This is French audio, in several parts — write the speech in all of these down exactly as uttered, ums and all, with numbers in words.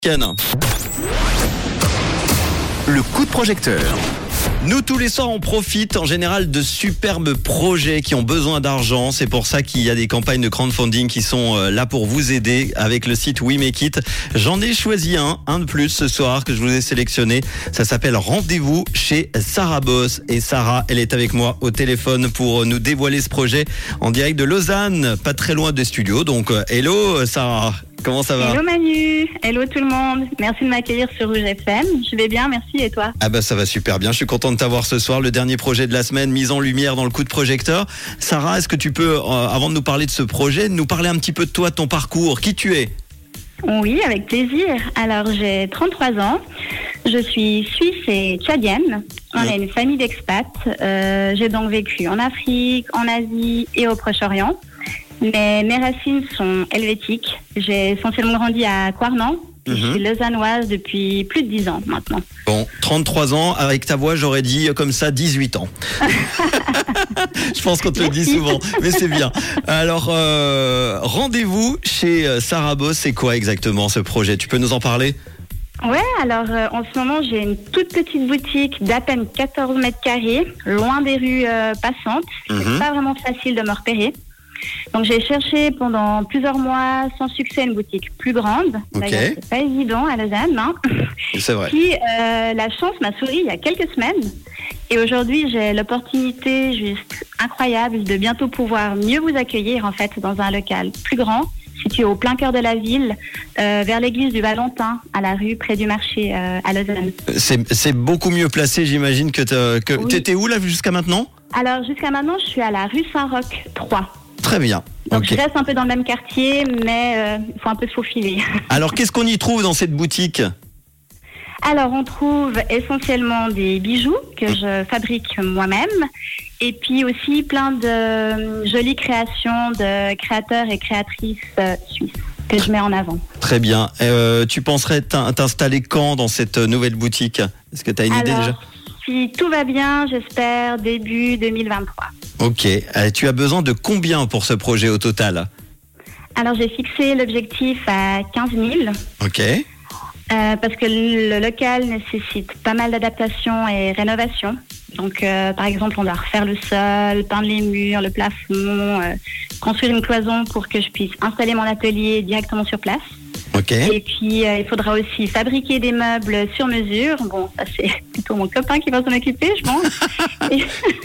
Ken. Le coup de projecteur. Nous, tous les soirs, on profite en général de superbes projets qui ont besoin d'argent. C'est pour ça qu'il y a des campagnes de crowdfunding qui sont là pour vous aider avec le site We Make It. J'en ai choisi un, un de plus ce soir que je vous ai sélectionné. Ça s'appelle Rendez-vous chez Sarah Boss. Et Sarah, elle est avec moi au téléphone pour nous dévoiler ce projet en direct de Lausanne, pas très loin des studios. Donc, hello Sarah. Comment ça va? Hello Manu, hello tout le monde. Merci de m'accueillir sur Rouge F M. Je vais bien, merci, et toi? Ah bah ça va super bien, je suis content de t'avoir ce soir. Le dernier projet de la semaine, mise en lumière dans le coup de projecteur. Sarah, est-ce que tu peux, euh, avant de nous parler de ce projet, nous parler un petit peu de toi, de ton parcours, qui tu es? Oui, avec plaisir. Alors j'ai trente-trois ans, je suis suisse et tchadienne. On est une famille d'expats. Euh, j'ai donc vécu en Afrique, en Asie et au Proche-Orient. Mais mes racines sont helvétiques. J'ai essentiellement grandi à Quarnan. Mm-hmm. Je suis lausannoise depuis plus de dix ans maintenant. Bon, trente-trois ans, avec ta voix, j'aurais dit comme ça dix-huit ans. Je pense qu'on te Merci. le dit souvent, mais c'est bien. Alors, euh, rendez-vous chez Sarah Boss, c'est quoi exactement ce projet? Tu peux nous en parler? Ouais, alors euh, en ce moment, j'ai une toute petite boutique d'à peine quatorze mètres carrés, loin des rues euh, passantes. Mm-hmm. C'est pas vraiment facile de me repérer. Donc j'ai cherché pendant plusieurs mois sans succès une boutique plus grande. Okay. D'ailleurs, c'est pas évident à Lausanne, hein. C'est vrai. Puis euh, la chance m'a souri il y a quelques semaines. Et aujourd'hui, j'ai l'opportunité juste incroyable de bientôt pouvoir mieux vous accueillir en fait dans un local plus grand, situé au plein cœur de la ville, euh, vers l'église du Valentin, à la rue près du marché euh, à Lausanne. C'est, c'est beaucoup mieux placé, j'imagine, que, que oui. T'étais où là jusqu'à maintenant? Alors jusqu'à maintenant, je suis à la rue Saint-Roch trois. Très bien. Donc okay. Je reste un peu dans le même quartier, mais il euh, faut un peu se faufiler. Alors qu'est-ce qu'on y trouve dans cette boutique? Alors on trouve essentiellement des bijoux que je fabrique moi-même, et puis aussi plein de jolies créations de créateurs et créatrices euh, suisses que je mets en avant. Très bien. Euh, tu penserais t'installer quand dans cette nouvelle boutique? Est-ce que tu as une Alors, idée déjà? Si tout va bien, j'espère début deux mille vingt-trois. Ok. Euh, tu as besoin de combien pour ce projet au total? Alors j'ai fixé l'objectif à quinze mille. Ok. Euh, parce que le local nécessite pas mal d'adaptations et rénovations. Donc, euh, par exemple, on doit refaire le sol, peindre les murs, le plafond, euh, construire une cloison pour que je puisse installer mon atelier directement sur place. Okay. Et puis, euh, il faudra aussi fabriquer des meubles sur mesure. Bon, ça, c'est plutôt mon copain qui va s'en occuper, je pense. et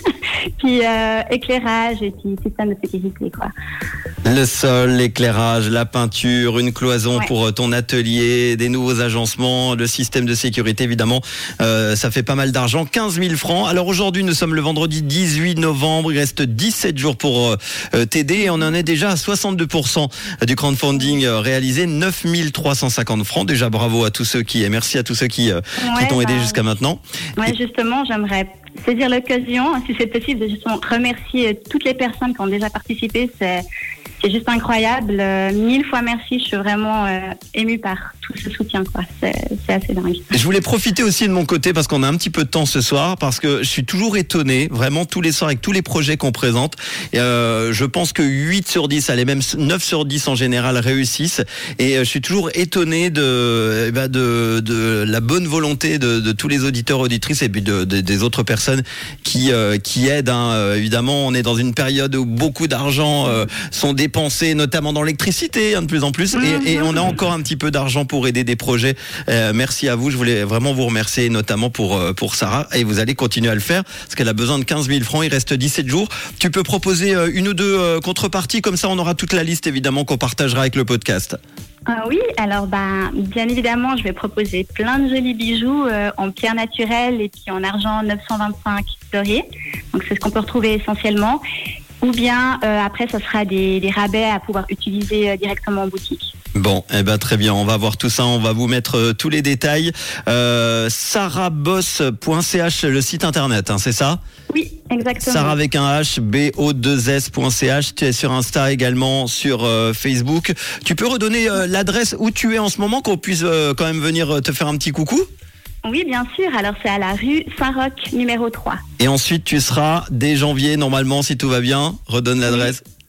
puis, euh, éclairage et puis système de sécurité, quoi. Le sol, l'éclairage, la peinture, une cloison ouais. pour ton atelier, des nouveaux agencements, le système de sécurité, évidemment. Euh, ça fait pas mal d'argent, quinze mille francs. Alors aujourd'hui, nous sommes le vendredi dix-huit novembre. Il reste dix-sept jours pour euh, t'aider. Et on en est déjà à soixante-deux pour cent du crowdfunding euh, réalisé, neuf mille trois cent cinquante francs. Déjà, bravo à tous ceux qui, et merci à tous ceux qui, euh, ouais, qui t'ont aidé bah, jusqu'à maintenant. Ouais, et... justement, j'aimerais saisir l'occasion, si c'est possible, de justement remercier toutes les personnes qui ont déjà participé. C'est C'est juste incroyable. Euh, mille fois merci. Je suis vraiment euh, émue par tout ce soutien, quoi. C'est, c'est assez dingue. Je voulais profiter aussi de mon côté parce qu'on a un petit peu de temps ce soir, parce que je suis toujours étonné, vraiment tous les soirs avec tous les projets qu'on présente. Et, euh, je pense que huit sur dix, allez même neuf sur dix en général réussissent. Et euh, je suis toujours étonné de, eh ben de, de la bonne volonté de, de tous les auditeurs, auditrices et puis de, de, des autres personnes qui, euh, qui aident. Hein. Évidemment, on est dans une période où beaucoup d'argent euh, sont dépensés, notamment dans l'électricité, hein, de plus en plus. Et, et on a encore un petit peu d'argent pour aider des projets. Euh, merci à vous. Je voulais vraiment vous remercier, notamment pour, pour Sarah. Et vous allez continuer à le faire parce qu'elle a besoin de quinze mille francs. Il reste dix-sept jours. Tu peux proposer une ou deux contreparties. Comme ça, on aura toute la liste, évidemment, qu'on partagera avec le podcast. Ah oui, alors ben, bien évidemment, je vais proposer plein de jolis bijoux euh, en pierre naturelle et puis en argent neuf cent vingt-cinq doré. Donc, c'est ce qu'on peut retrouver essentiellement. Ou bien, euh, après, ça sera des, des rabais à pouvoir utiliser euh, directement en boutique. Bon, eh ben très bien, on va voir tout ça, on va vous mettre euh, tous les détails. Euh, sarah boss point c h, le site internet, hein, c'est ça? Oui, exactement. Sarah avec un H, B O deux S point C H. Tu es sur Insta également, sur euh, Facebook. Tu peux redonner euh, l'adresse où tu es en ce moment, qu'on puisse euh, quand même venir te faire un petit coucou? Oui, bien sûr. Alors, c'est à la rue Saint-Roch, numéro trois. Et ensuite, tu seras dès janvier, normalement, si tout va bien. Redonne l'adresse.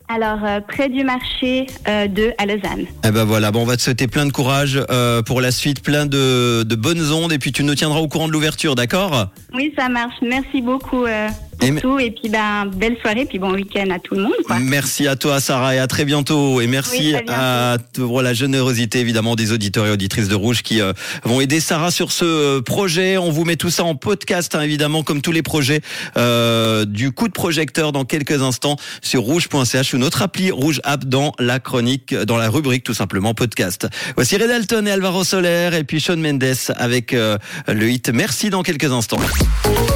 Alors, euh, près du marché euh, de à Lausanne. Eh ben voilà, bon, on va te souhaiter plein de courage euh, pour la suite, plein de, de bonnes ondes, et puis tu nous tiendras au courant de l'ouverture, d'accord ? Oui, ça marche. Merci beaucoup euh, pour Et tout. Et puis, ben, belle soirée, puis bon week-end à tout le monde, quoi. Merci à toi, Sarah, et à très bientôt. Et merci Oui, très bientôt. à pour la générosité, évidemment, des auditeurs et auditrices de Rouge qui euh, vont aider Sarah sur ce euh, projet. On vous met tout ça en podcast, hein, évidemment, comme tous les projets euh, du coup de projecteur dans quelques instants sur rouge point c h ou notre appli Rouge App dans la chronique, dans la rubrique tout simplement podcast. Voici Red Alton et Alvaro Soler et puis Shawn Mendes avec euh, le hit Merci dans quelques instants.